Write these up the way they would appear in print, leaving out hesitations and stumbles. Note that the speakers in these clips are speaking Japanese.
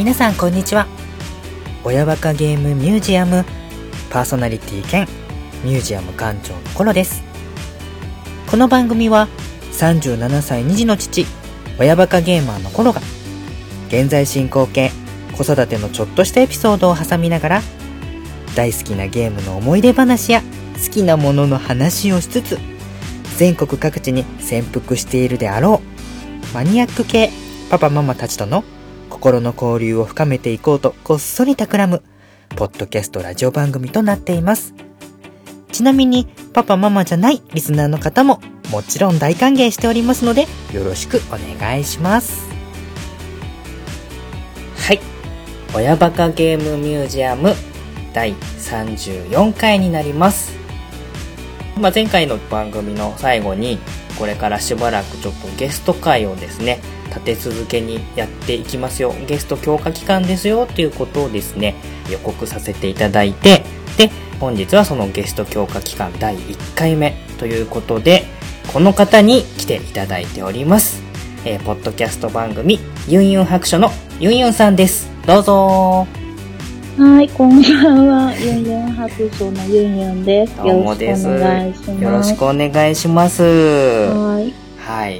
皆さんこんにちは。親バカゲームミュージアムパーソナリティ兼ミュージアム館長のコロです。この番組は37歳2児の父、親バカゲーマーのコロが現在進行形子育てのちょっとしたエピソードを挟みながら、大好きなゲームの思い出話や好きなものの話をしつつ、全国各地に潜伏しているであろうマニアック系パパママたちとの心の交流を深めていこうとこっそり企むポッドキャストラジオ番組となっています。ちなみにパパママじゃないリスナーの方ももちろん大歓迎しておりますので、よろしくお願いします。はい、親バカゲームミュージアム第34回になります。前回の番組の最後にこれからしばらくちょっとゲスト会をですね立て続けにやっていきますよ、ゲスト強化期間ですよということをですね予告させていただいて、で本日はそのゲスト強化期間第1回目ということで、この方に来ていただいております。ポッドキャスト番組ユンユン白書のユンユンさんです。どうぞ。 はい、こんばんは。ユンユン白書のユンユンです。 どうもです。 よろしくお願いします。 よろしくお願いします。はい。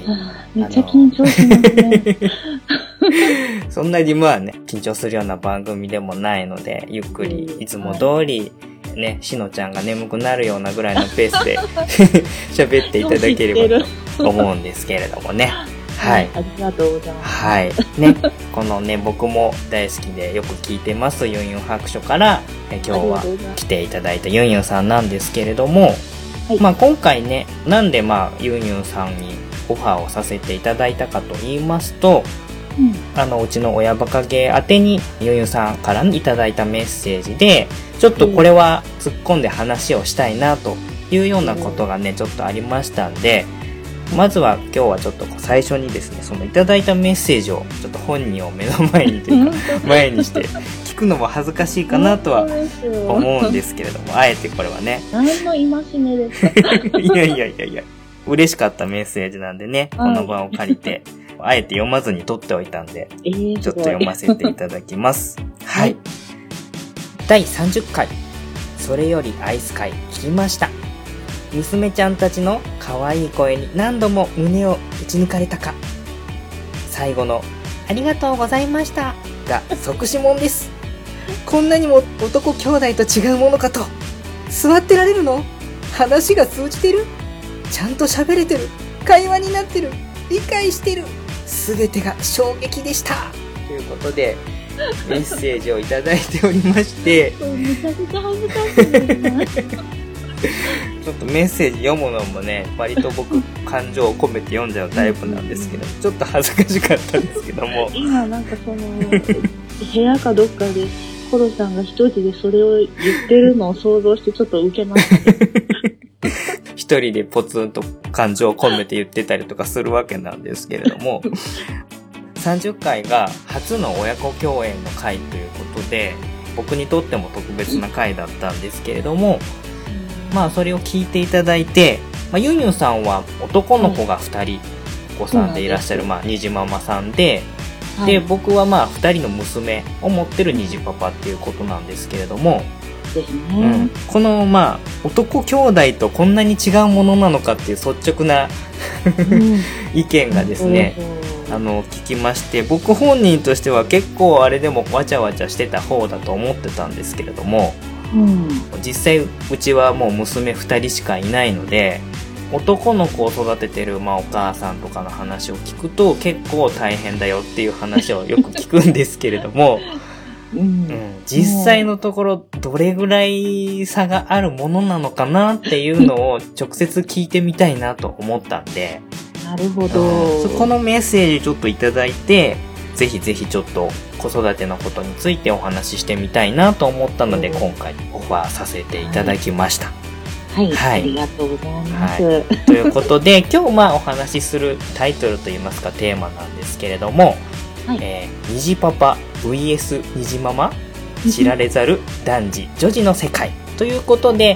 めっちゃ緊張しますね。 そんなに緊張するような番組でもないので、ゆっくりいつも通りね、しのちゃんが眠くなるようなぐらいのペースで喋っていただければと思うんですけれどもね。はい、 ありがとうございます。 はい。ね、このね、僕も大好きでよく聞いてますユンユン白書から今日は来ていただいたユンユンさんなんですけれども、はい、今回ね、なんでユンユンさんにオファーをさせていただいたかと言いますと、うちの親バカゲー宛てにユンユンさんからいただいたメッセージで、ちょっとこれは突っ込んで話をしたいなというようなことがね、ちょっとありましたんで、まずは今日はちょっと最初にですね、そのいただいたメッセージをちょっと本人を目の前にというか前にして聞くのも恥ずかしいかなとは思うんですけれども、あえてこれはね、 何の戒めですか。 いや嬉しかったメッセージなんでね、この場を借りてあえて読まずに撮っておいたんで、ちょっと読ませていただきます。はい、第30回それよりアイス会聞きました。娘ちゃんたちの可愛い声に何度も胸を打ち抜かれたか。最後のありがとうございましたが即死もんです。こんなにも男兄弟と違うものかと。座ってられるの？話が通じてる？ちゃんと喋れてる？会話になってる？理解してる？すべてが衝撃でした。ということでメッセージをいただいておりましてめちゃくちゃ恥ずかしいですね。 ちょっとメッセージ読むのもね、割と僕感情を込めて読んじゃうタイプなんですけど、ちょっと恥ずかしかったんですけども、 今部屋かどっかでコロさんが一人でそれを言ってるのを想像してちょっとウケました。 一人でポツンと感情を込めて言ってたりとかするわけなんですけれども、30回が初の親子共演の回ということで、僕にとっても特別な回だったんですけれども、それを聞いていただいて、ユンユンさんは男の子が2人お子さんでいらっしゃる、虹ママさんで、で僕は2人の娘を持ってる虹パパっていうことなんですけれども、この男兄弟とこんなに違うものなのかっていう率直な意見がですね、聞きまして、僕本人としては結構あれでもわちゃわちゃしてた方だと思ってたんですけれども、実際うちはもう娘2人しかいないので、男の子を育ててるお母さんとかの話を聞くと結構大変だよっていう話をよく聞くんですけれども、実際のところどれぐらい差があるものなのかなっていうのを直接聞いてみたいなと思ったんで、 なるほど、 そこのメッセージちょっといただいて、ぜひぜひちょっと子育てのことについてお話ししてみたいなと思ったので、今回オファーさせていただきました。 はい、ありがとうございます。 ということで今日お話しするタイトルといいますかテーマなんですけれども、虹パパ vs 虹ママ知られざる男児女児の世界ということで、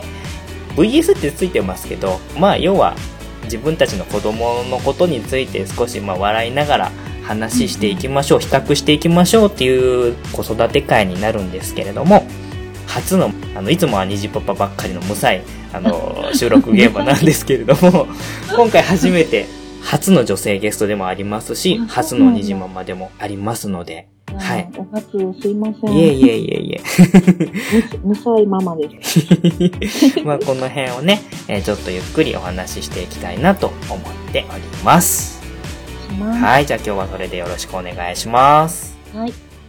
VS ってついてますけど、要は自分たちの子供のことについて少し笑いながら話していきましょう、比較していきましょうっていう子育て会になるんですけれども、初の、いつもは虹パパばっかりの無才、収録現場なんですけれども、今回初めて、初の女性ゲストでもありますし、初の虹ママでもありますので、はい。 お初をすいません。 いえ。 無才ママです。 まあこの辺をね、ちょっとゆっくりお話ししていきたいなと思っております。はい、じゃあ今日はそれでよろしくお願いします。 はい。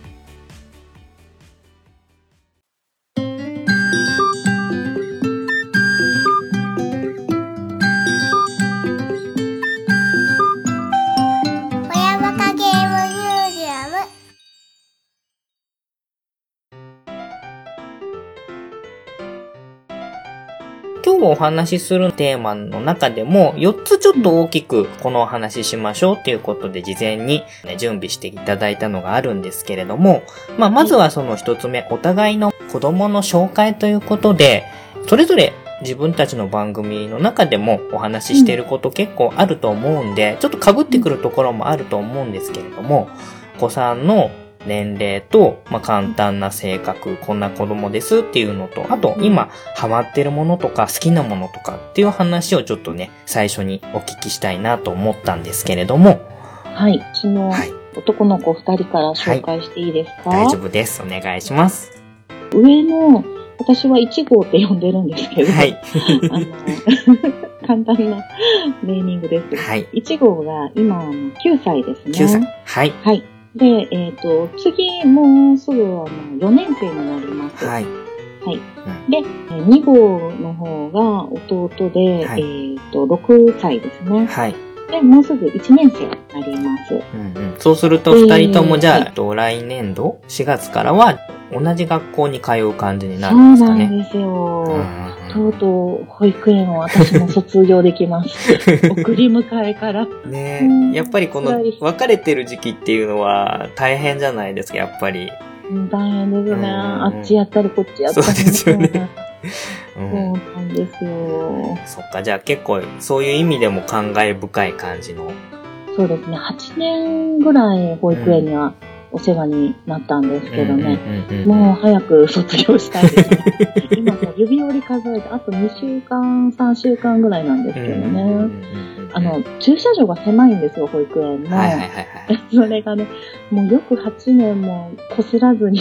今日お話しするテーマの中でも4つちょっと大きくこのお話ししましょうっていうことで事前に準備していただいたのがあるんですけれども、まずはその1つ目、お互いの子供の紹介ということで、それぞれ自分たちの番組の中でもお話ししていること結構あると思うんで、ちょっと被ってくるところもあると思うんですけれども、お子さんの年齢と、簡単な性格、こんな子供ですっていうのと、あと今ハマってるものとか好きなものとかっていう話をちょっとね、最初にお聞きしたいなと思ったんですけれども。 はい、うちの男の子2人から紹介していいですか？ 大丈夫です。お願いします。 上の、私は1号って呼んでるんですけど、はい。簡単なネーミングです。はい。1号が今9歳ですね。 9歳。はい。 はい。で、次、もうすぐ4年生になります。はい。はい。で、2号の方が弟で、はい、6歳ですね。はい。で、もうすぐ1年生になります。 そうすると2人ともじゃあ、来年度4月からは同じ学校に通う感じになるんですかね。 そうなんですよ。とうとう保育園を私も卒業できます。送り迎えから。 ねえ、やっぱりこの別れてる時期っていうのは大変じゃないですか、やっぱり。 大変ですね。あっちやったりこっちやったり。 そうですよね。 そうなんですよ。 そっか、じゃあ結構そういう意味でも感慨深い感じの。 そうですね。8年ぐらい保育園にはお世話になったんですけどね。もう早く卒業したいですね。今もう指折り数えて、あと2週間、3週間ぐらいなんですけどね。駐車場が狭いんですよ、保育園の。それがね、もうよく8年もこすらずに。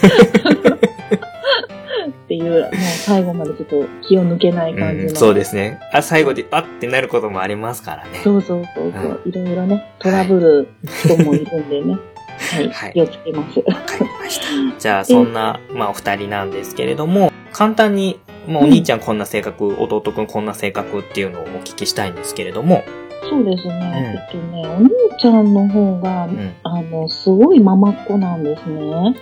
っていう、もう最後までちょっと気を抜けない感じの。 そうですね。最後でパッてなることもありますからね。 そう。いろいろね、トラブる人もいるんでね。はい。気をつけます。 わかりました。じゃあ、そんな、お二人なんですけれども、簡単に、お兄ちゃんこんな性格、弟くんこんな性格っていうのをお聞きしたいんですけれども。 そうですね。お兄ちゃんの方が、すごいママっ子なんですね。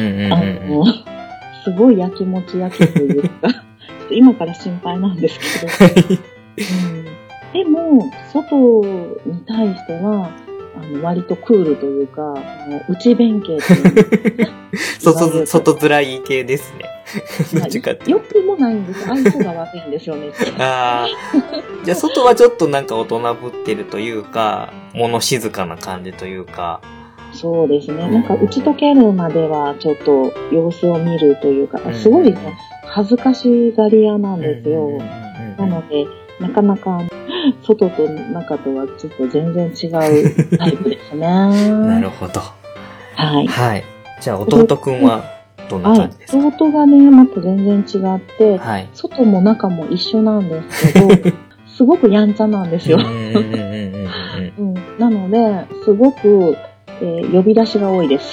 すごいやきもち焼きというか、ちょっと今から心配なんですけど。でも、外に対しては、割とクールというか、内弁慶という。 外面いい系ですね。 よくもないんです。相性が悪いんですよね。 ああ。じゃあ外はちょっとなんか大人ぶってるというか、物静かな感じというか。 そうですね。なんか打ち解けるまではちょっと様子を見るというか、すごいね、恥ずかしがり屋なんですよ。なので、なかなか外と中とはちょっと全然違うタイプですね。 なるほど。 はい。 はい。じゃあ弟くんはどんな感じですか？ 弟がね、また全然違って、外も中も一緒なんですけど、すごくやんちゃなんですよ。なので、すごく、呼び出しが多いです。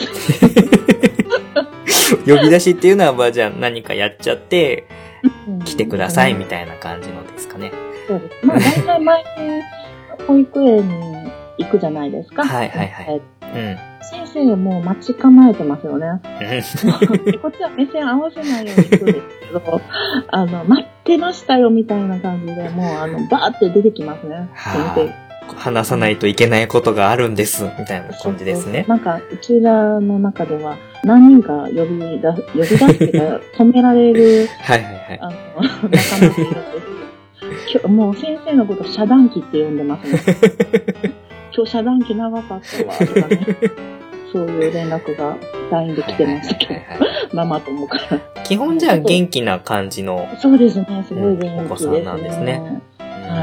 呼び出しっていうのは、じゃあ何かやっちゃって、来てくださいみたいな感じのですかね。 そうです。大体毎日保育園に行くじゃないですか。先生も待ち構えてますよね。こっちは目線合わせないように行くんですけど、待ってましたよみたいな感じで、もうバーって出てきますね。先生。 話さないといけないことがあるんです、みたいな感じですね。 なんか、うちらの中では、何人か呼び出してか止められる、仲間がいるんです。もう先生のこと遮断機って呼んでますね。 今日遮断機長かったわ、とかね。そういう連絡が LINE で来てましたけど、ママ友から。 基本じゃあ元気な感じの。 そうですね、すごい元気ですね。 お子さんなんですね。 はい。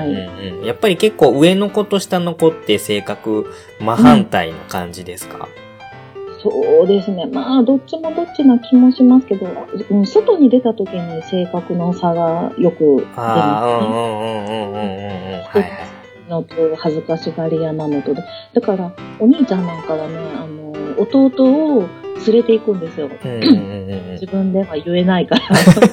やっぱり結構上の子と下の子って性格真反対の感じですか？ そうですね。まあ、どっちもどっちな気もしますけど、外に出た時に性格の差がよく出ますね。のと恥ずかしがり屋なのとで。だから、お兄ちゃんなんかはね、弟を連れて行くんですよ。自分では言えないから。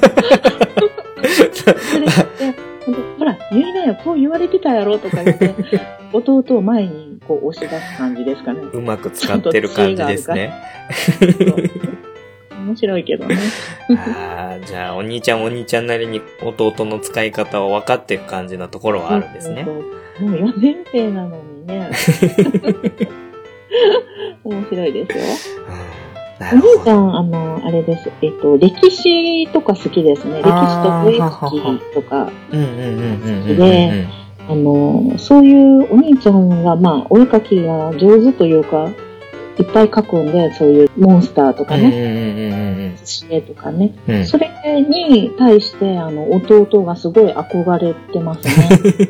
連れてほら、言いなよ、こう言われてたやろとか言って、弟を前にこう押し出す感じですかね。 うまく使ってる感じですね。 面白いけどね。 じゃあ、お兄ちゃんお兄ちゃんなりに弟の使い方を分かっていく感じのところはあるんですね。 もう4年生なのにね。面白いですよ。お兄ちゃん、あれです。歴史とか好きですね。歴史とお絵描きとか好きで、そういうお兄ちゃんが、まあ、お絵描きが上手というか、いっぱい描くんで、そういうモンスターとかね、知恵とかね、それに対して、弟がすごい憧れてますね。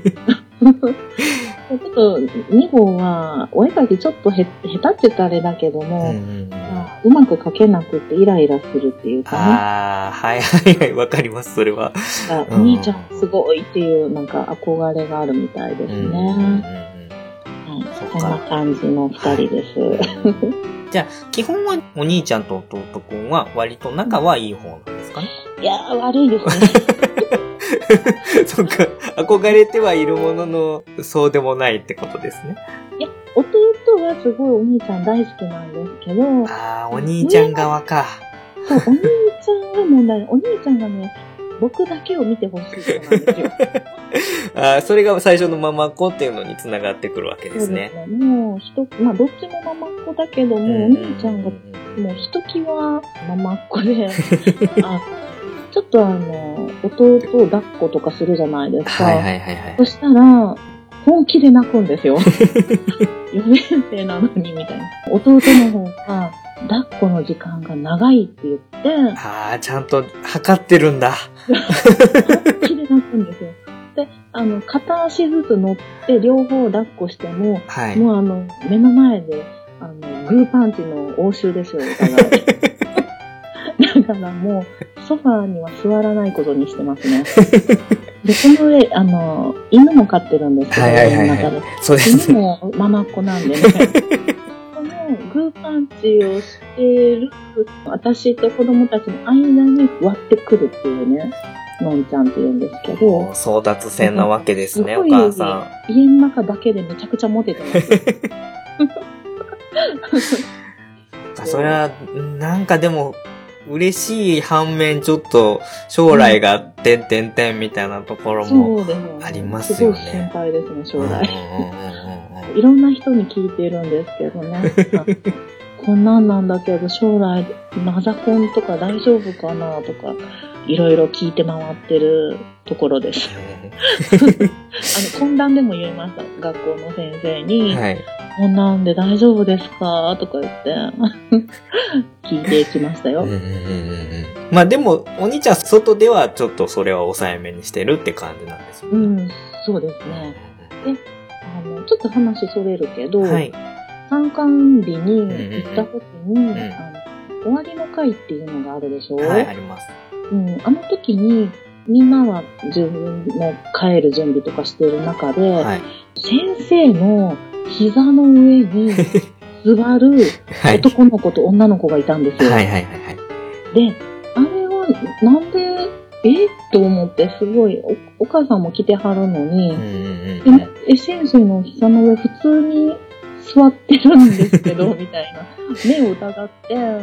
ちょっと、2号は、お絵描きちょっと下手って言ったらあれだけども、うまく描けなくてイライラするっていうかね。 はいはいはい、わかります、それは。 お兄ちゃんすごいっていう、なんか憧れがあるみたいですね。そんな感じの2人です。 じゃあ、基本はお兄ちゃんと弟くんは割と仲はいい方なんですかね？ いやー、悪いですね。 そっか、憧れてはいるものの、そうでもないってことですね。 いや、弟はすごいお兄ちゃん大好きなんですけど。 お兄ちゃん側か。 そう、お兄ちゃんが問題。お兄ちゃんがね、僕だけを見てほしい人なんですよ。 それが最初のママっ子っていうのに繋がってくるわけですね。 そうですね。もうまあどっちもママっ子だけども、お兄ちゃんがもうひときわママっ子で、ちょっと弟を抱っことかするじゃないですか。そしたら、本気で泣くんですよ。4年生なのにみたいな。弟の方が、抱っこの時間が長いって言って。 ちゃんと測ってるんだ。 本気で泣くんですよ。で、片足ずつ乗って両方抱っこしても、もう目の前で、グーパンチの応酬ですよ、お互い。だからもう、ソファーには座らないことにしてますね。で、その上、犬も飼ってるんですけど、家の中で。そうです。犬もママっ子なんでね。そのグーパンチをしてる、私と子供たちの間に割ってくるっていうね、のんちゃんって言うんですけど。 争奪戦なわけですね、お母さん。家の中だけでめちゃくちゃモテてます。 それは、なんかでも、嬉しい反面ちょっと将来がてんてんてんみたいなところもありますよね。 すごい心配ですね、将来。いろんな人に聞いてるんですけどね。こんなんなんだけど将来マザコンとか大丈夫かなとかいろいろ聞いて回ってるところです。懇談でも言いました。学校の先生に。こんなんで大丈夫ですかとか言って聞いていきましたよ。 まあでもお兄ちゃん外ではちょっとそれは抑えめにしてるって感じなんですよね。 そうですね。で、ちょっと話それるけど、参観日に行った時に、終わりの会っていうのがあるでしょ？ はい、あります。 あの時にみんなは自分の帰る準備とかしてる中で、先生の膝の上に座る男の子と女の子がいたんですよ。で、あれはなんで、と思ってすごい お母さんも来てはるのに、先生の膝の上普通に座ってるんですけど、みたいな目を疑って、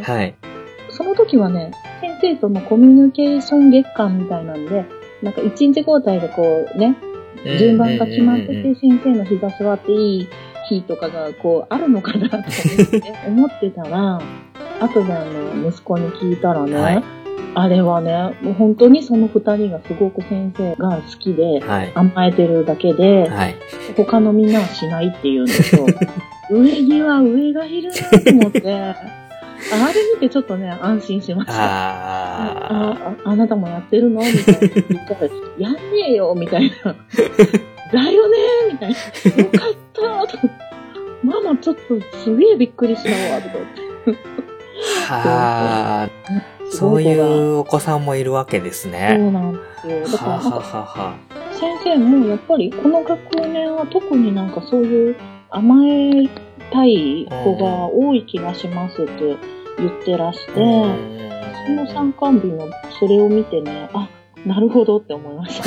その時はね、先生とのコミュニケーション月間みたいなんで、なんか一日交代でこうね、順番が決まってて、先生の膝座っていい日とかがこうあるのかなと思ってたら、後で息子に聞いたらね、 あれはね、もう本当にその二人がすごく先生が好きで、 はい。 甘えてるだけで、 はい。 他のみんなはしないって言うんですよ。上着は上がいるなと思って、あれ見てちょっとね、安心しました。あなたもやってるのみたいな言ったら、やんねえよみたいな。だよねみたいな。よかったと。ママちょっとすげえびっくりしたわ、とか言って。 はあ、そういうお子さんもいるわけですね。 そうなんですよ。だからは先生もやっぱりこの学年は特になんかそういう甘えたい子が多い気がしますって言ってらして、その参観日のそれを見てね、あ、なるほどって思いました。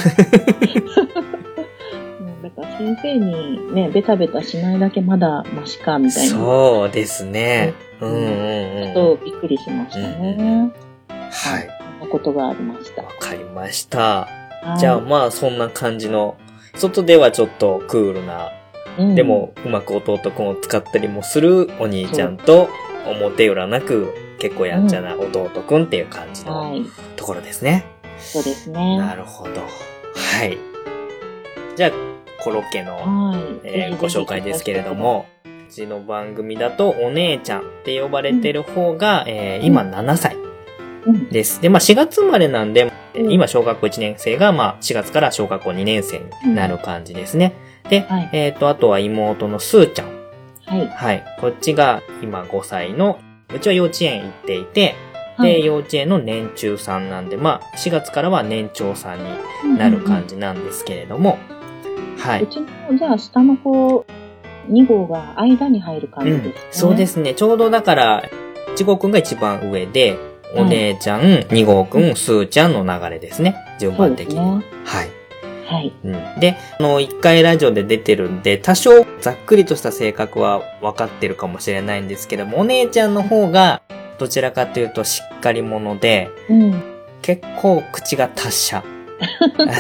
だから先生にね、ベタベタしないだけまだマシかみたいな。 そうですね。 ちょっとびっくりしましたね。 はい。 そんなことがありました。 わかりました。じゃあまあそんな感じの、外ではちょっとクールな、でもうまく弟くんを使ったりもするお兄ちゃんと、表裏なく結構やんちゃな弟くんっていう感じのところですね。 そうですね。 なるほど。はい。じゃあ、コロッケの、ご紹介ですけれども、うちの番組だとお姉ちゃんって呼ばれてる方が、今7歳です。で、まあ4月生まれなんで、今小学校1年生が、まあ4月から小学校2年生になる感じですね。で、あとは妹のスーちゃん。はい。こっちが今5歳の、うちは幼稚園行っていて、で、幼稚園の年中さんなんで、まあ4月からは年長さんになる感じなんですけれども、はい。 うちの、じゃあ下の子、2号が間に入る感じですね。 そうですね。ちょうどだから、1号くんが一番上で、お姉ちゃん、2号くん、スーちゃんの流れですね。順番的に。はい。 はい。 で、1回ラジオで出てるんで、多少ざっくりとした性格は分かってるかもしれないんですけども、お姉ちゃんの方が、どちらかというとしっかり者で、結構口が達者です。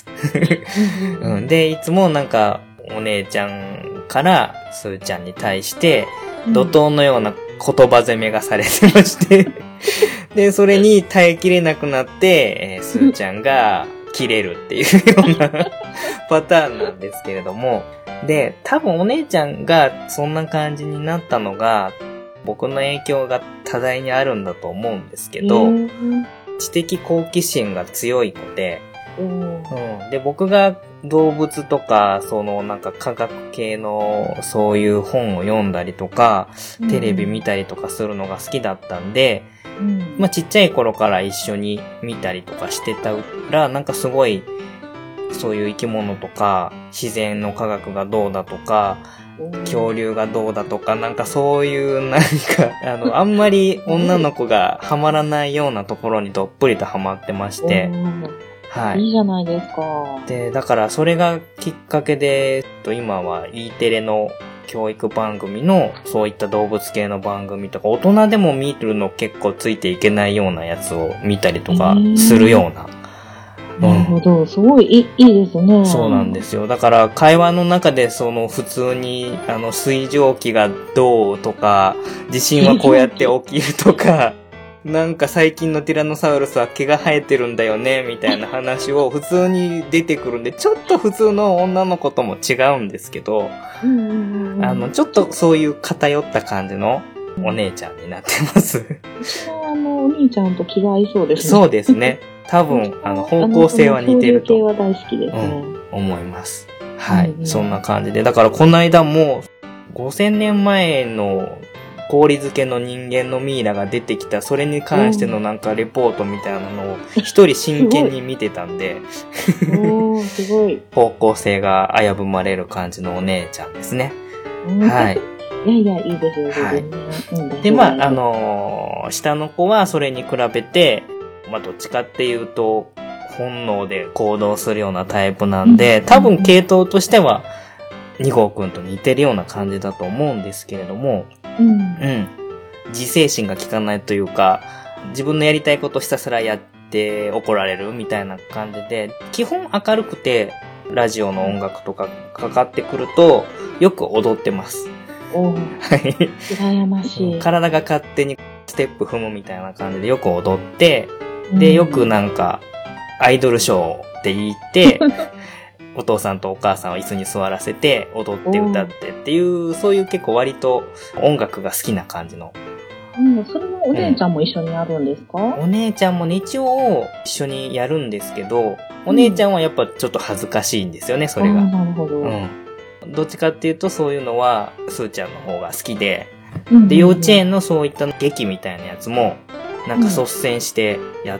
で、いつもなんか、お姉ちゃんからスーちゃんに対して、怒涛のような言葉攻めがされてまして、で、それに耐えきれなくなって、スーちゃんが切れるっていうようなパターンなんですけれども、で、多分お姉ちゃんがそんな感じになったのが、僕の影響が多大にあるんだと思うんですけど、知的好奇心が強い子で、で、僕が動物とか、なんか科学系のそういう本を読んだりとか、テレビ見たりとかするのが好きだったんで、まあちっちゃい頃から一緒に見たりとかしてたら、なんかすごい、そういう生き物とか、自然の科学がどうだとか、恐竜がどうだとか、なんかそういうなんか、あんまり女の子がハマらないようなところにどっぷりとハマってまして、 はい。いいじゃないですか。 で、だからそれがきっかけで、今は E テレの教育番組のそういった動物系の番組とか、大人でも見るの結構ついていけないようなやつを見たりとかするような。 なるほど。すごいいいですね。 そうなんですよ。だから会話の中で普通に水蒸気がどうとか、地震はこうやって起きるとか、なんか最近のティラノサウルスは毛が生えてるんだよね、みたいな話を普通に出てくるんで、ちょっと普通の女の子とも違うんですけど、ちょっとそういう偏った感じのお姉ちゃんになってます。 うちはお兄ちゃんと気が合いそうですね。 そうですね。多分、方向性は似てると。 系は大好きですね。 思います。はい。そんな感じで。だからこの間も、5000年前の氷漬けの人間のミイラが出てきた、それに関してのなんかレポートみたいなのを一人真剣に見てたんで、 すごい。 方向性が危ぶまれる感じのお姉ちゃんですね。はい。 いや、いいですよ、はい。 で、まあ、下の子はそれに比べて、まあ、どっちかっていうと、本能で行動するようなタイプなんで、多分系統としては、2号くんと似てるような感じだと思うんですけれども、自制心が効かないというか、自分のやりたいことひたすらやって怒られるみたいな感じで、基本明るくて、ラジオの音楽とかかかってくると、よく踊ってます。 はい。羨ましい。 体が勝手にステップ踏むみたいな感じでよく踊って、 で、よくなんか、アイドルショーって言って、お父さんとお母さんを椅子に座らせて、踊って歌ってっていう、そういう結構割と音楽が好きな感じの。 それはお姉ちゃんも一緒にやるんですか？ お姉ちゃんもね、一応一緒にやるんですけど、お姉ちゃんはやっぱちょっと恥ずかしいんですよね、それが。 なるほど。 どっちかっていうとそういうのは、スーちゃんの方が好きで、で、幼稚園のそういった劇みたいなやつも、なんか率先してやって、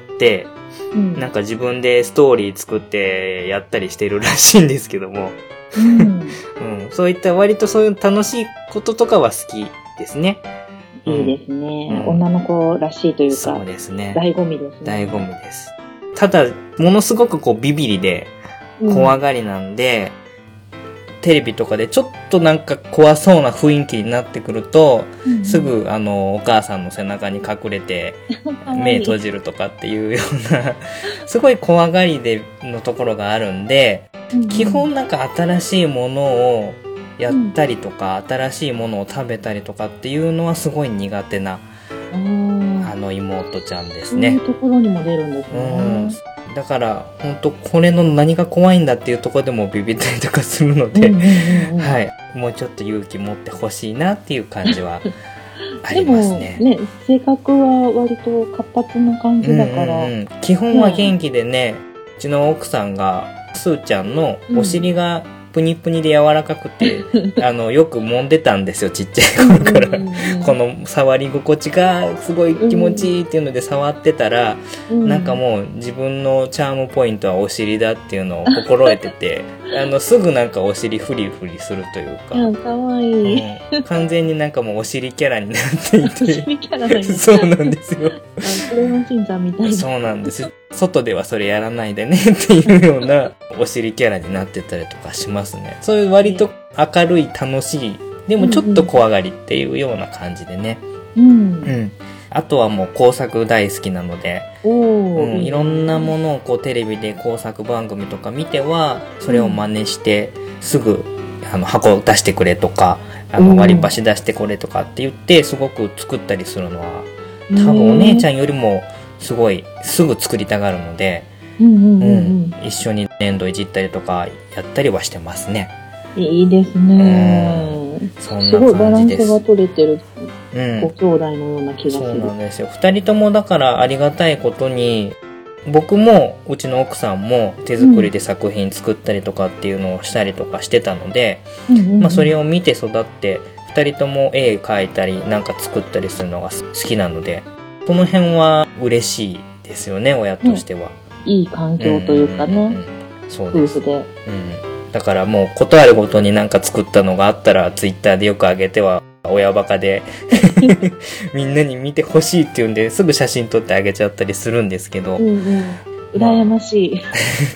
なんか自分でストーリー作ってやったりしてるらしいんですけども、そういった割とそういう楽しいこととかは好きですね。 いいですね。女の子らしいというか、 そうですね。 醍醐味ですね。 醍醐味です。ただ、ものすごくこうビビリで、怖がりなんで、テレビとかでちょっとなんか怖そうな雰囲気になってくると、すぐお母さんの背中に隠れて目閉じるとかっていうようなすごい怖がりでのところがあるんで、基本なんか新しいものをやったりとか、新しいものを食べたりとかっていうのはすごい苦手な妹ちゃんですね。 そういうところにも出るんですね。 だから本当これの何が怖いんだっていうところでもビビったりとかするので、はい、もうちょっと勇気持ってほしいなっていう感じはありますね。 でもね、性格は割と活発な感じだから、 基本は元気でね、うちの奥さんがスーちゃんのお尻がプニプニで柔らかくて、よく揉んでたんですよ、ちっちゃい頃から。この触り心地がすごい気持ちいいっていうので触ってたら、なんかもう自分のチャームポイントはお尻だっていうのを心得てて、すぐなんかお尻フリフリするというか。 かわいい、 完全になんかもうお尻キャラになっていて。 お尻キャラにそうなんですよ。 クレヨンしんちゃんみたいな。 そうなんです。外ではそれやらないでねっていうようなお尻キャラになってたりとかしますね。そういう割と明るい楽しい、でもちょっと怖がりっていうような感じでね。あとはもう工作大好きなので、いろんなものをこうテレビで工作番組とか見ては、それを真似してすぐ箱出してくれとか、割り箸出してこれとかって言ってすごく作ったりするのは、多分お姉ちゃんよりもすごいすぐ作りたがるので、一緒に粘土いじったりとかやったりはしてますね。 いいですね。 そんな感じです。 すごいバランスが取れてるご兄弟のような気がする。 そうなんですよ。二人ともだからありがたいことに、僕もうちの奥さんも手作りで作品作ったりとかっていうのをしたりとかしてたので、それを見て育って二人とも絵描いたりなんか作ったりするのが好きなので、その辺は嬉しいですよね、親としては。 いい環境というかね、 そうです。 夫婦で。 だからもうことあるごとになんか作ったのがあったらツイッターでよく上げては親バカでみんなに見てほしいっていうんですぐ写真撮ってあげちゃったりするんですけど、 羨ましい。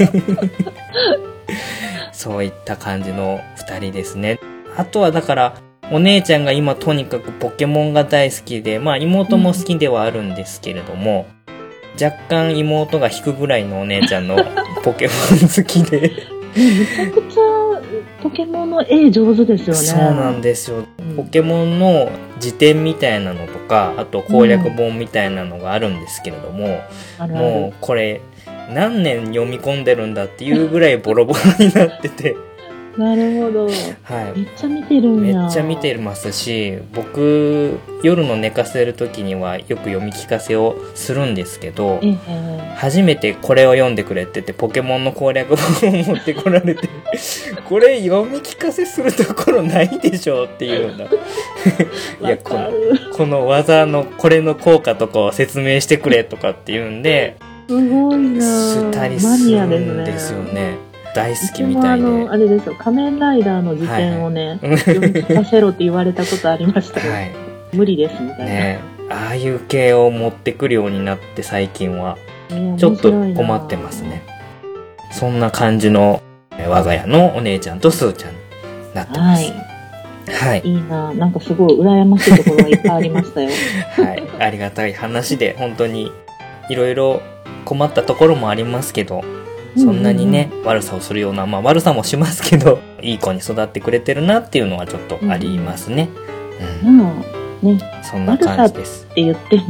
そういった感じの二人ですね。あとはだからお姉ちゃんが今とにかくポケモンが大好きで、妹も好きではあるんですけれども、若干妹が引くぐらいのお姉ちゃんのポケモン好きでめちゃくちゃポケモンの絵上手ですよね。 そうなんですよ。ポケモンの辞典みたいなのとか、あと攻略本みたいなのがあるんですけれども、もうこれ何年読み込んでるんだっていうぐらいボロボロになっててなるほど。はい。めっちゃ見てるんや。 めっちゃ見てますし、僕夜の寝かせる時にはよく読み聞かせをするんですけど、初めてこれを読んでくれって言ってポケモンの攻略本を持ってこられてこれ読み聞かせするところないでしょっていうようないやこの技のこれの効果とかを説明してくれとかっていうんで、 すごいな。 したりするんですよね。大好きみたいで。 あれですよ、仮面ライダーの辞典をね、読み聞かせろって言われたことありましたよ。無理ですみたいな。ね、 ああいう系を持ってくるようになって最近はちょっと困ってますね。そんな感じの我が家のお姉ちゃんとスーちゃんになってます。はい。 いいな、なんかすごい羨ましいところがいっぱいありましたよ。 はい、ありがたい話で本当にいろいろ困ったところもありますけど。そんなにね、悪さをするような、悪さもしますけど、いい子に育ってくれてるなっていうのはちょっとありますね。ね、 そんな感じです。悪さって言っても、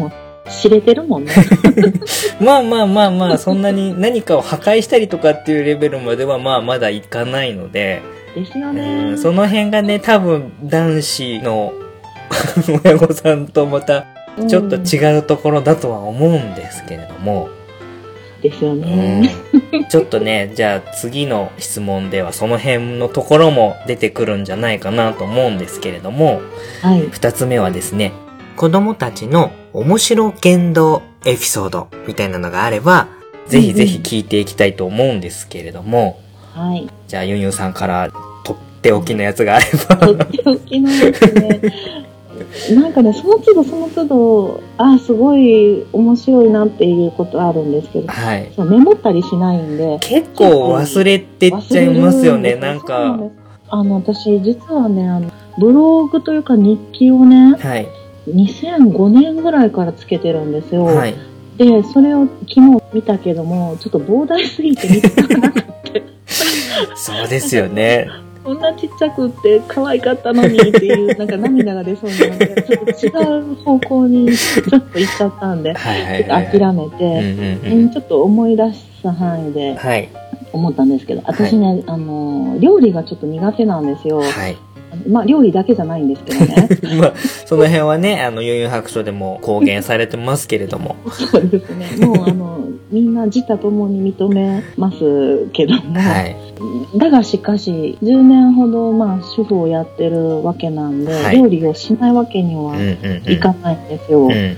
知れてるもんね。 まあ、そんなに何かを破壊したりとかっていうレベルまではまだいかないので。 ですよね。 その辺がね、多分男子の親御さんとまたちょっと違うところだとは思うんですけれども。 ですよね。 ちょっとね、じゃあ次の質問ではその辺のところも出てくるんじゃないかなと思うんですけれども、 はい。 二つ目はですね、子供たちの面白言動エピソードみたいなのがあれば、ぜひぜひ聞いていきたいと思うんですけれども、 はい。 じゃあユンユンさんからとっておきのやつがあれば。 とっておきのやつね。なんかね、その都度、すごい面白いなっていうことあるんですけど、 はい。 メモったりしないんで。 結構忘れてっちゃいますよね、なんか。 私、実はね、ブログというか日記をね、 はい。 2005年ぐらいからつけてるんですよ。 はい。 で、それを昨日見たけども、ちょっと膨大すぎて見つからなくて。 そうですよね。 こんなちっちゃくって可愛かったのにっていう、なんか涙が出そうなので、ちょっと違う方向にちょっと行っちゃったんで、諦めて、ちょっと思い出した範囲で思ったんですけど、私ね、料理がちょっと苦手なんですよ。はい。まあ、料理だけじゃないんですけどね。 まあ、その辺はね、ユンユン白書でも公言されてますけれども。 そうですね。もう、みんな自他ともに認めますけども。はい。だがしかし、10年ほど、まあ、主婦をやってるわけなんで、はい、料理をしないわけにはいかないんですよ。で、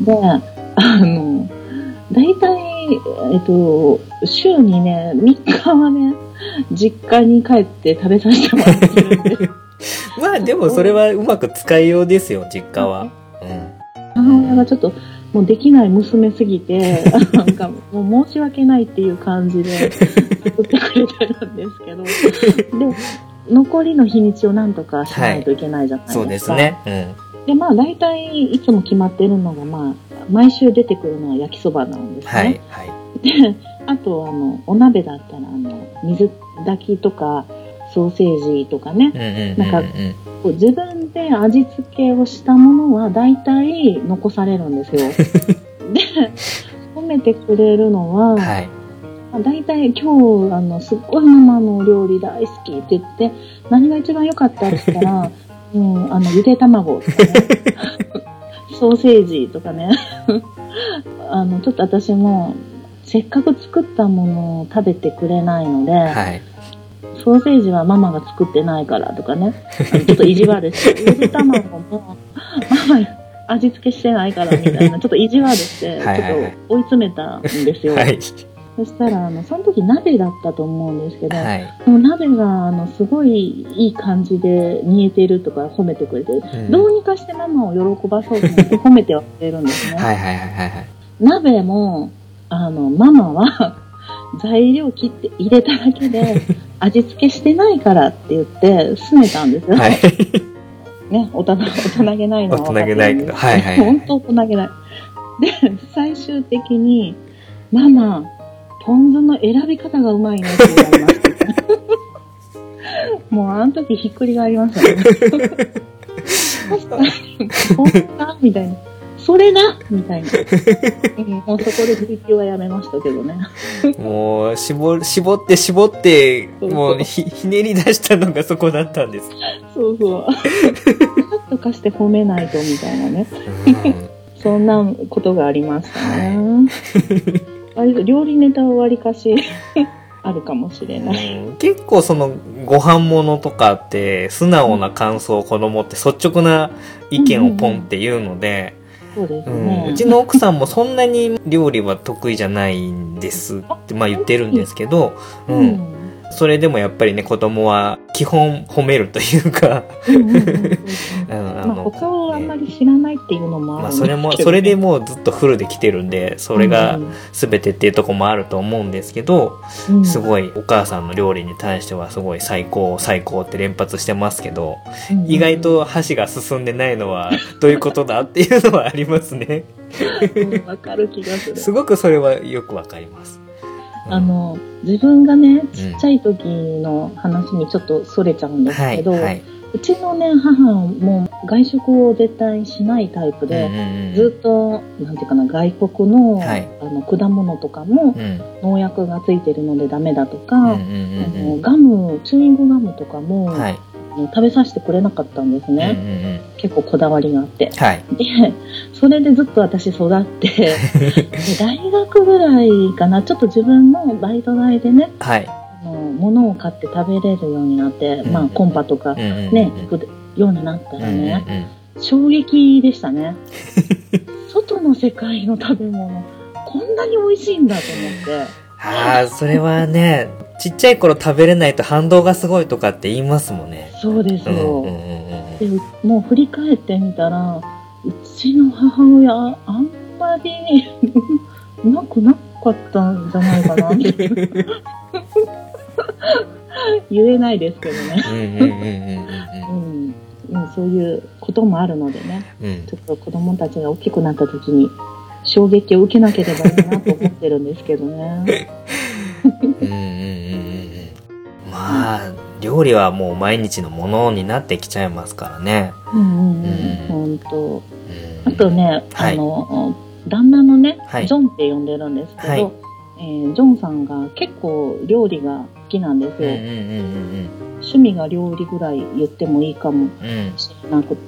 大体、週にね、3日はね、実家に帰って食べさせてもらってるんです。 まあでもそれはうまく使いようですよ、実家は。 母親がちょっともうできない娘すぎて、なんかもう申し訳ないっていう感じで作ってくれてるんですけど、で、残りの日にちをなんとかしないといけないじゃないですか。 そうですね。 で、まあ大体いつも決まってるのが、まあ毎週出てくるのは焼きそばなんですね。はい。はい。で、あとお鍋だったら水炊きとか、ソーセージとかね、なんかこう自分で味付けをしたものは大体残されるんですよ。で、褒めてくれるのは、はい、大体今日すっごいママのお料理大好きって言って、何が一番良かったって言ったら、ゆで卵とかね、ソーセージとかね、ちょっと私もせっかく作ったものを食べてくれないので、はい、ソーセージはママが作ってないからとかね、ちょっと意地悪して、ゆで卵もママ味付けしてないからみたいな、ちょっと意地悪して、ちょっと追い詰めたんですよ。はい、そしたら、その時鍋だったと思うんですけど、はい、その鍋が、すごいいい感じで煮えてるとか褒めてくれて、どうにかしてママを喜ばそうと思って褒めてはくれるんですね。鍋も、ママは、材料切って入れただけで、味付けしてないからって言って、拗ねたんですよ。はい。ね、大人げないのは分かってるんです。大人げないけど、はいはい。本当大人げない。で、最終的に、ママ、ポン酢の選び方がうまいねって言われました。もうあの時ひっくり返りましたね。ポン酢かみたいな。それなみたいな。もうそこで実況はやめましたけどね。もう、絞って、もうひねり出したのがそこだったんです。 そうそう。なんとかして褒めないとみたいなね。そんなことがありましたね。割と料理ネタはわりかしあるかもしれない。 結構そのご飯物とかって素直な感想を子供って率直な意見をポンって言うので、 そうですね。 うちの奥さんもそんなに料理は得意じゃないんですって言ってるんですけど、それでもやっぱりね、子供は基本褒めるというか他をあんまり知らないっていうのもあるんですけど、ね、 それでもうずっとフルで来てるんで、それが全てっていうところもあると思うんですけど、すごいお母さんの料理に対してはすごい最高って連発してますけど、意外と箸が進んでないのはどういうことだっていうのはありますね。 わかる気がする。 すごくそれはよくわかります。 自分がね、ちっちゃい時の話にちょっとそれちゃうんですけど、うちのね、母も外食を絶対しないタイプで、ずっと、なんていうかな、外国の、果物とかも、農薬がついてるのでダメだとか、ガム、チューイングガムとかも、食べさせてくれなかったんですね。結構こだわりがあって。で、それでずっと私育って、で大学ぐらいかな、ちょっと自分のバイト代でね、物を買って食べれるようになって、まあコンパとかね、行くようになったらね、衝撃でしたね。外の世界の食べ物、こんなに美味しいんだと思って。 ああ、それはね、ちっちゃい頃食べれないと反動がすごいとかって言いますもんね。 そうですよ。でもう振り返ってみたら、うちの母親、あんまりうまくなかったんじゃないかなっていう言えないですけどね。そういうこともあるのでね、ちょっと子供たちが大きくなった時に衝撃を受けなければいいなと思ってるんですけどね。 まあ、料理はもう毎日のものになってきちゃいますからね。 本当。あとね、旦那のね、ジョンって呼んでるんですけど、ジョンさんが結構料理が好きなんですよ。趣味が料理ぐらい言ってもいいかもしれなくって、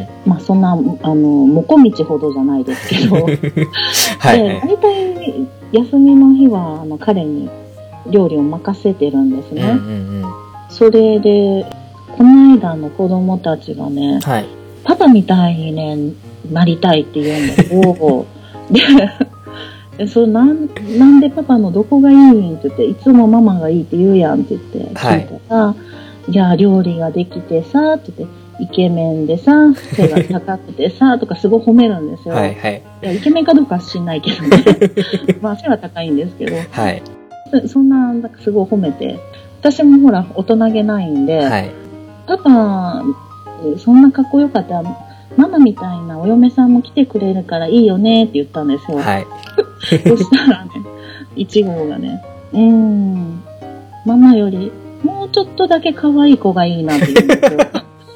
まあそんな、もこみちほどじゃないですけど、で、大体休みの日は彼に料理を任せてるんですね。それで、この間の子供たちがね、パパみたいにね、なりたいって言うんですよ。で、なんでパパのどこがいいんって言って、いつもママがいいって言うやんって言って聞いたら、いや、料理ができてさ、って言って、イケメンでさ、背が高くてさ、とかすごい褒めるんですよ。いや、イケメンかどうかは知んないけどね。まあ背は高いんですけど、そんな、すごい褒めて、私もほら、大人げないんで、パパ、そんなかっこよかったら、ママみたいなお嫁さんも来てくれるからいいよねって言ったんですよ。そしたらね、1号がね、ママよりもうちょっとだけ可愛い子がいいなって言うんですよ。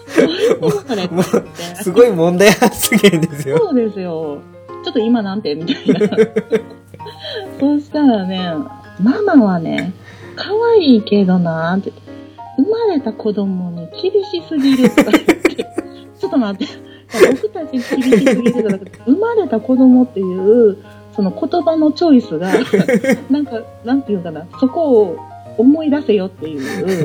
すごい問題発言ですよ。 そうですよ。ちょっと今なんてみたいな。そうしたらね、ママはね、可愛いけどなって、生まれた子供に厳しすぎるとか言って、ちょっと待って、僕たちに厳しすぎるとか、生まれた子供っていう、その言葉のチョイスが、なんか、なんていうかな、そこを思い出せよっていう、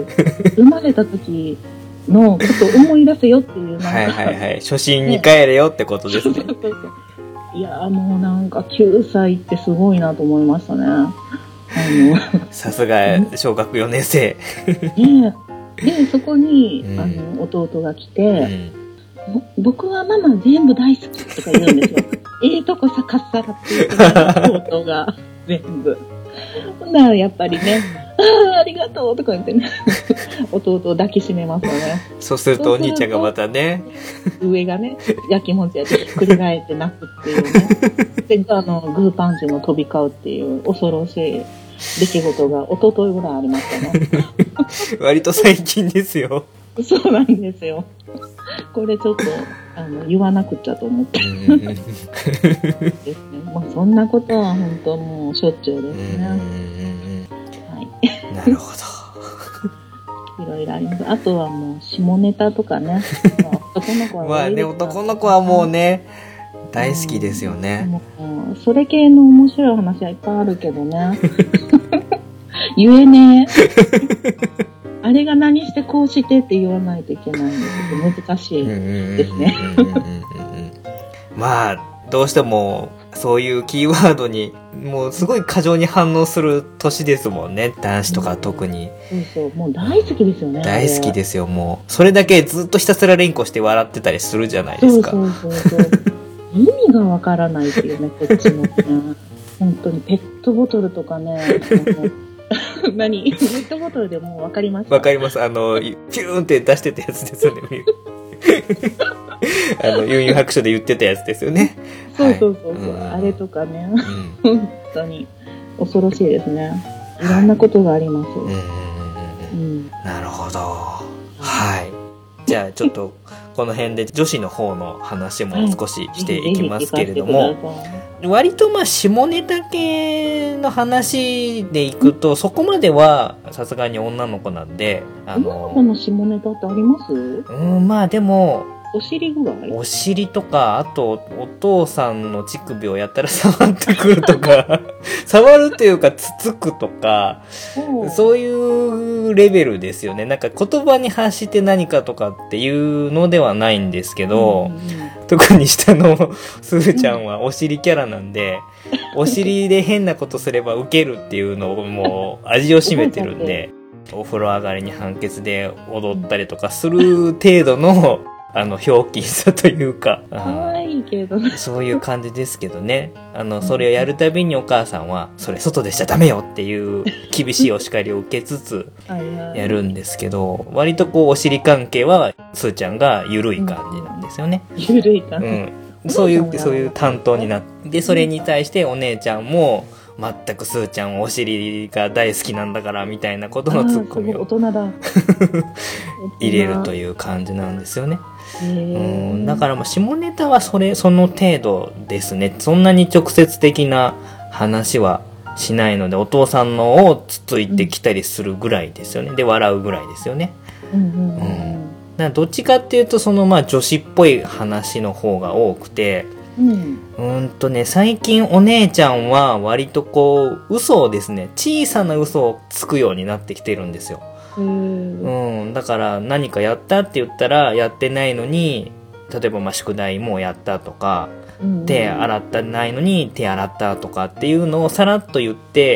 生まれた時のことを思い出せよっていう、なんか、 初心に帰れよってことですね。 いや、もうなんか9歳ってすごいなと思いましたね。 さすが小学4年生。 で、そこに、弟が来て、僕はママ全部大好きとか言うんですよ。とこさかっさらって言って弟が全部。ほんならやっぱりね、ありがとうとか言ってね、弟を抱きしめますよね。 そうするとお兄ちゃんがまたね、 上がね、やきもちやってひっくり返って泣くっていうね。で、グーパンチも飛び交うっていう恐ろしい出来事が一昨日ぐらいありましたね。 割と最近ですよ。 そうなんですよ。これちょっと言わなくちゃと思ってですね。まあそんなことは本当もうしょっちゅうですね。 なるほど。いろいろあります。あとはもう下ネタとかね。男の子はまあね、男の子はもうね大好きですよね。 それ系の面白い話はいっぱいあるけどね。言えねえ。あれが何してこうしてって言わないといけないんで、難しいですね。 まあ、どうしても、そういうキーワードに、もうすごい過剰に反応する年ですもんね。男子とか特に。 そう、もう大好きですよね。 大好きですよ、もう。それだけずっとひたすら連呼して笑ってたりするじゃないですか。 そう。意味がわからないっていうね、こっちのね。本当にペットボトルとかね。何ペットボトルでもう分かりますか？ 分かります。ピューンって出してたやつですよね。悠々白書で言ってたやつですよね。 そう、あれとかね。本当に恐ろしいですね。 いろんなことがあります。 なるほど。はい。じゃあちょっとこの辺で女子の方の話も少ししていきますけれども、割とまあ下ネタ系の話でいくとそこまではさすがに女の子なんで、 女の子の下ネタってあります？ まあでもお尻ぐらい？お尻とか、あとお父さんの乳首をやったら触ってくるとか触るというかつつくとか、そういうレベルですよね。なんか言葉に発して何かとかっていうのではないんですけど、特に下のすーちゃんはお尻キャラなんで、お尻で変なことすればウケるっていうのをもう味を占めてるんで、お風呂上がりに判決で踊ったりとかする程度のひょうきんさというか、 可愛いけどそういう感じですけどね。それをやるたびにお母さんは、それ外でしちゃダメよっていう厳しいお叱りを受けつつやるんですけど、割とこうお尻関係はすーちゃんが緩い感じなんですよね。 緩い感じ。 そういう担当になって、それに対してお姉ちゃんも、全くすーちゃんお尻が大好きなんだからみたいなことのツッコミを大人だ入れるという感じなんですよね。だから下ネタはその程度ですね。そんなに直接的な話はしないので、お父さんのをつついてきたりするぐらいですよね。で笑うぐらいですよね。だからどっちかっていうと女子っぽい話の方が多くて、最近お姉ちゃんは割とこう嘘をですね、小さな嘘をつくようになってきてるんですよ。だから何かやったって言ったらやってないのに、例えば宿題もうやったとか、手洗ってないのに手洗ったとかっていうのをさらっと言って、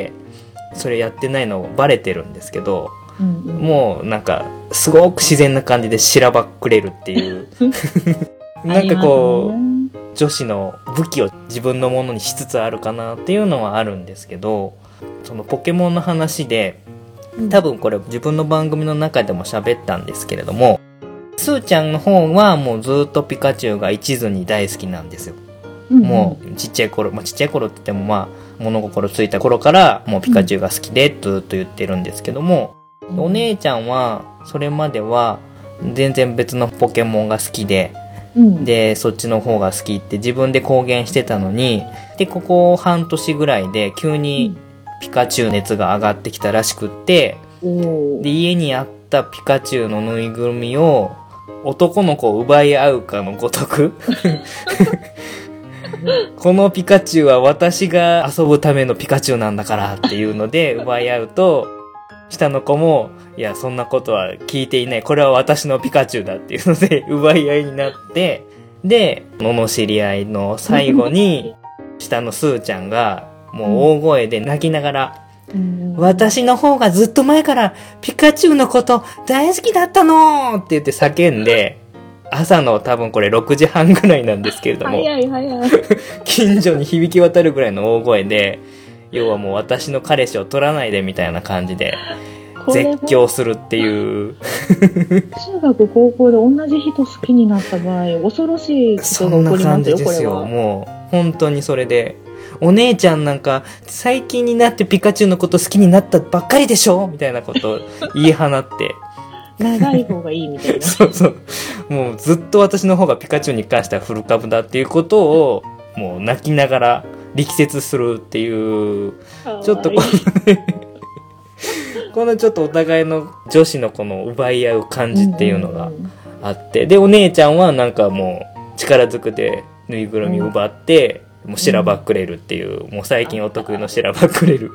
それやってないのバレてるんですけど、もうなんかすごく自然な感じでしらばっくれるっていうなんかこう女子の武器を自分のものにしつつあるかなっていうのはあるんですけど、そのポケモンの話で多分これ自分の番組の中でも喋ったんですけれども、スーちゃんの方はもうずっとピカチュウが一途に大好きなんですよ。もうちっちゃい頃、ちっちゃい頃って言っても物心ついた頃からもうピカチュウが好きでずっと言ってるんですけども、お姉ちゃんはそれまでは全然別のポケモンが好きで、でそっちの方が好きって自分で公言してたのに、でここ半年ぐらいで急にピカチュウ熱が上がってきたらしくって、で家にあったピカチュウのぬいぐるみを男の子を奪い合うかのごとくこのピカチュウは私が遊ぶためのピカチュウなんだからっていうので奪い合うと、下の子もいやそんなことは聞いていない、これは私のピカチュウだっていうので奪い合いになって、で罵り合いの最後に下のスーちゃんがもう大声で泣きながら、私の方がずっと前からピカチュウのこと大好きだったのって言って叫んで、朝の多分これ6時半ぐらいなんですけれども、 早い近所に響き渡るぐらいの大声で、要はもう私の彼氏を取らないでみたいな感じで絶叫するっていう中学高校で同じ人好きになった場合恐ろしいことが起こりますよ。これはもう本当にそれで、お姉ちゃんなんか最近になってピカチュウのこと好きになったばっかりでしょみたいなことを言い放って長い方がいいみたいなそうもうずっと私の方がピカチュウに関してはフル株だっていうことをもう泣きながら力説するっていう、ちょっとこのちょっとお互いの女子のこの奪い合う感じっていうのがあって、でお姉ちゃんはなんかもう力ずくでぬいぐるみ奪って、もうしらばっくれるっていう、もう最近お得意のしらばっくれる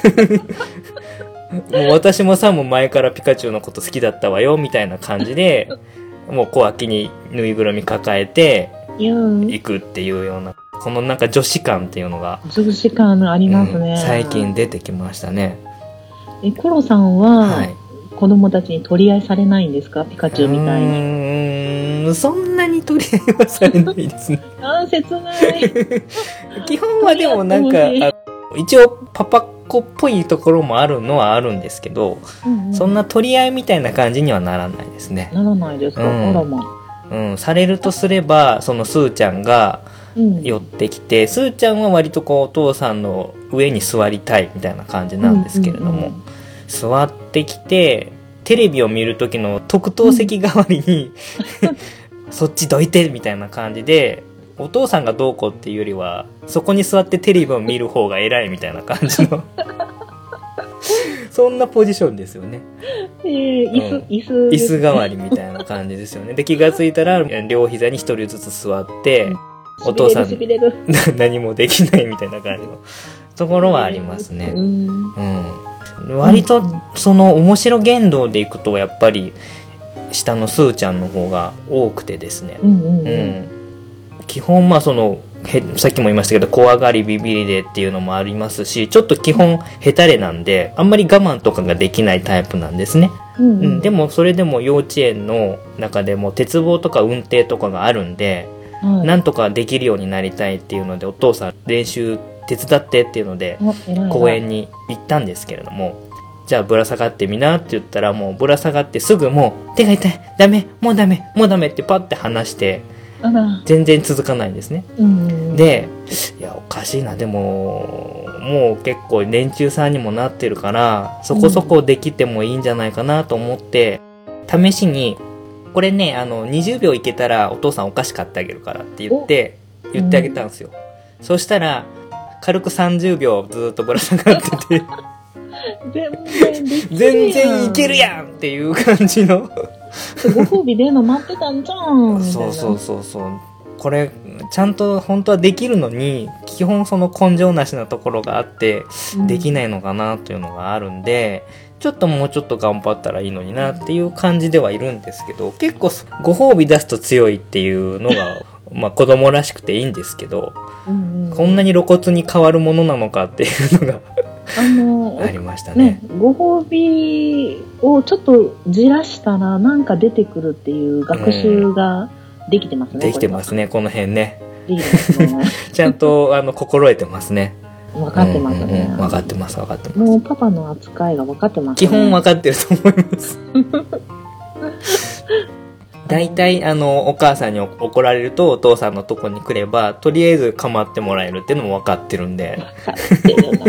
もう私もさも前からピカチュウのこと好きだったわよみたいな感じで、もう小脇にぬいぐるみ抱えて行くっていうような、このなんか女子感っていうのが女子感ありますね、 最近出てきましたね。 コロさんは、子供たちに取り合いされないんですか、ピカチュウみたいに。 そんなに取り合いはされないですね切ない基本はでもなんか一応パパっ子っぽいところもあるのはあるんですけど、そんな取り合いみたいな感じにはならないですね。 ならないですか、あらま。 されるとすれば、そのスーちゃんが寄ってきて、すーちゃんは割とこうお父さんの上に座りたいみたいな感じなんですけれども、座ってきてテレビを見る時の特等席代わりに、そっちどいてみたいな感じで、お父さんがどうこうっていうよりはそこに座ってテレビを見る方が偉いみたいな感じのそんなポジションですよね。椅子代わりみたいな感じですよね。で、気がついたら両膝に一人ずつ座って、お父さん何もできないみたいな感じのところはありますね。割とその面白言動でいくとやっぱり下のスーちゃんの方が多くてですね。基本そのさっきも言いましたけど怖がりビビりでっていうのもありますし、ちょっと基本ヘタレなんであんまり我慢とかができないタイプなんですね。でもそれでも幼稚園の中でも鉄棒とか運転とかがあるんで、なんとかできるようになりたいっていうのでお父さん練習手伝ってっていうので公園に行ったんですけれども、じゃあぶら下がってみなって言ったら、もうぶら下がってすぐもう手が痛い、ダメ、もうダメってパッて離して全然続かないんですね。で、いやおかしいな、でももう結構年中さんにもなってるからそこそこできてもいいんじゃないかなと思って、試しにこれね20秒いけたらお父さんお菓子買ってあげるからって言ってあげたんですよ。そしたら軽く30秒ずっとぶら下がってて全然いけるやんっていう感じのご褒美出るの待ってたんじゃん。 そうこれちゃんと本当はできるのに基本その根性なしなところがあってできないのかなというのがあるんで、ちょっともうちょっと頑張ったらいいのになっていう感じではいるんですけど、結構ご褒美出すと強いっていうのが子供らしくていいんですけど、こんなに露骨に変わるものなのかっていうのがありましたね。 ご褒美をちょっとじらしたらなんか出てくるっていう学習ができてますね。 できてますね、この辺ね。 いいですねちゃんと心得てますね。 分かってますね。 分かってます。 もうパパの扱いが分かってますね。 基本分かってると思いますだいたいお母さんに怒られるとお父さんのとこに来ればとりあえず構ってもらえるっていうのも分かってるんで。 分かってるな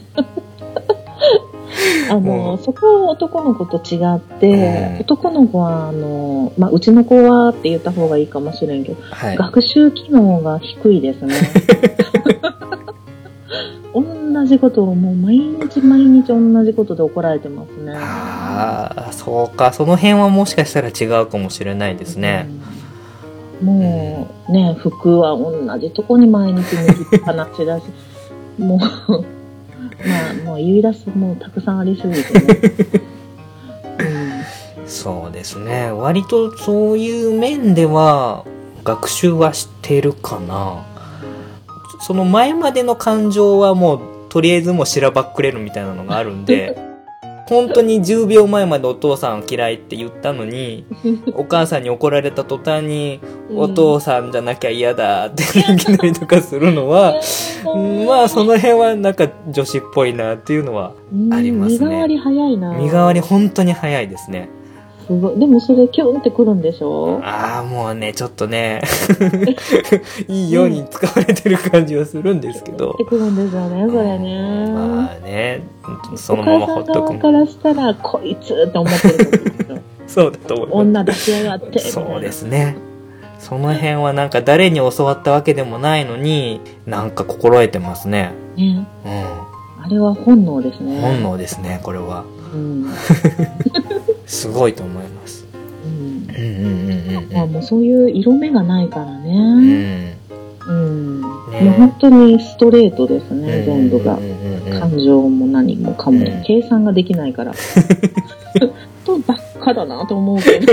そこは男の子と違って、男の子はうちの子はって言った方がいいかもしれんけど、学習機能が低いですね同じことをもう毎日同じことで怒られてますね。 そうか、その辺はもしかしたら違うかもしれないですね。 もうね、服は同じとこに毎日脱ぎっぱなしだしもう言い出すもうたくさんありすぎてねそうですね、割とそういう面では学習はしてるかな。その前までの感情はもうとりあえずもうしらばっくれるみたいなのがあるんで本当に10秒前までお父さん嫌いって言ったのにお母さんに怒られた途端にお父さんじゃなきゃ嫌だっていきなりとかするのはその辺はなんか女子っぽいなっていうのはありますね。 身代わり早いな。 身代わり本当に早いですね。 すごい。でもそれキュンってくるんでしょ？ もうねちょっとねいいように使われてる感じはするんですけど。 ってくるんですよね、それね。 そのままほっとく。 お母さん側からしたらこいつって思ってると思うんですよ。 そうだと思います。 女出しやがって。 そうですね。その辺はなんか誰に教わったわけでもないのになんか心得てますね。 あれは本能ですね。 本能ですね、これは。すごいと思います。 もうそういう色目がないからね。もう本当にストレートですね、全部が。感情も何もかも、計算ができないから。とばっかだなと思うけど。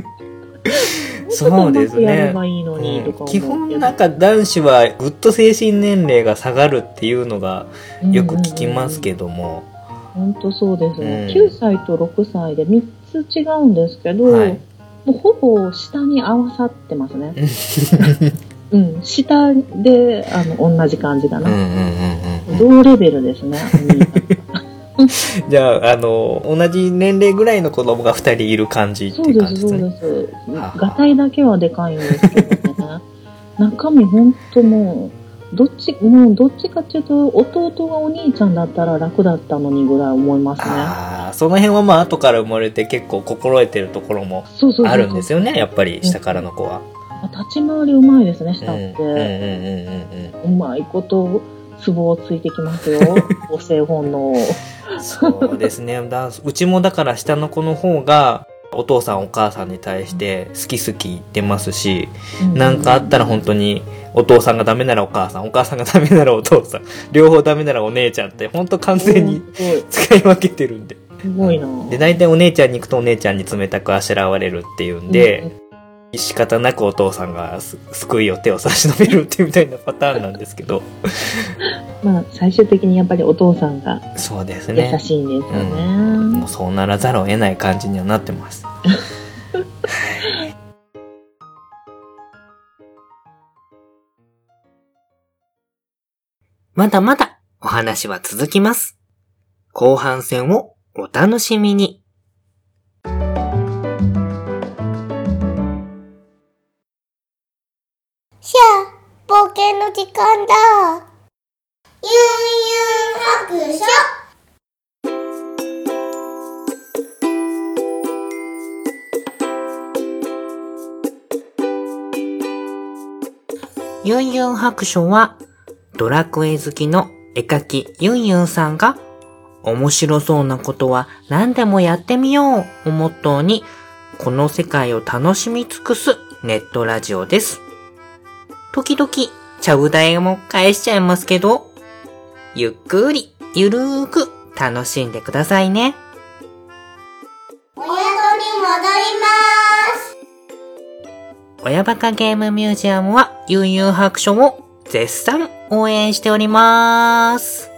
そうですね。基本なんか男子はぐっと精神年齢が下がるっていうのがよく聞きますけども。 本当そうですね。9歳と6歳で3つ違うんですけど、もうほぼ下に合わさってますね。下で同じ感じだな。同レベルですね。 じゃあ同じ年齢ぐらいの子供が2人いる感じっていう感じですね。 そうです。がたいだけはでかいんですけどね。 中身ほんともう、どっちかっていうと、弟がお兄ちゃんだったら楽だったのにぐらい思いますね。 その辺はまあ後から生まれて結構心得てるところもあるんですよね、やっぱり下からの子は。 立ち回りうまいですね、下って。うまいこと、ツボをついてきますよ、母性本能。 そうですね。うちもだから下の子の方が、お父さんお母さんに対して好き好き言ってますし、なんかあったら本当にお父さんがダメならお母さん、お母さんがダメならお父さん、両方ダメならお姉ちゃんって本当完全に使い分けてるんで。 すごいな。 で、大体お姉ちゃんに行くとお姉ちゃんに冷たくあしらわれるっていうんで、仕方なくお父さんが救いを手を差し伸べるっていうみたいなパターンなんですけど。 まあ最終的にやっぱりお父さんがそうですね。 優しいんですよね。 もうそうならざるを得ない感じにはなってます。まだまだお話は続きます。後半戦をお楽しみに。 しゃあ、冒険の時間だ。ゆんゆん白書。 ユンユン白書は、ドラクエ好きの絵描きユンユンさんが、面白そうなことは何でもやってみようをモットーに、この世界を楽しみ尽くすネットラジオです。時々、ちゃぶ台も返しちゃいますけど、ゆっくり、ゆるーく楽しんでくださいね。 お宿に戻ります。 親バカゲームミュージアムはユンユン白書を絶賛応援しております。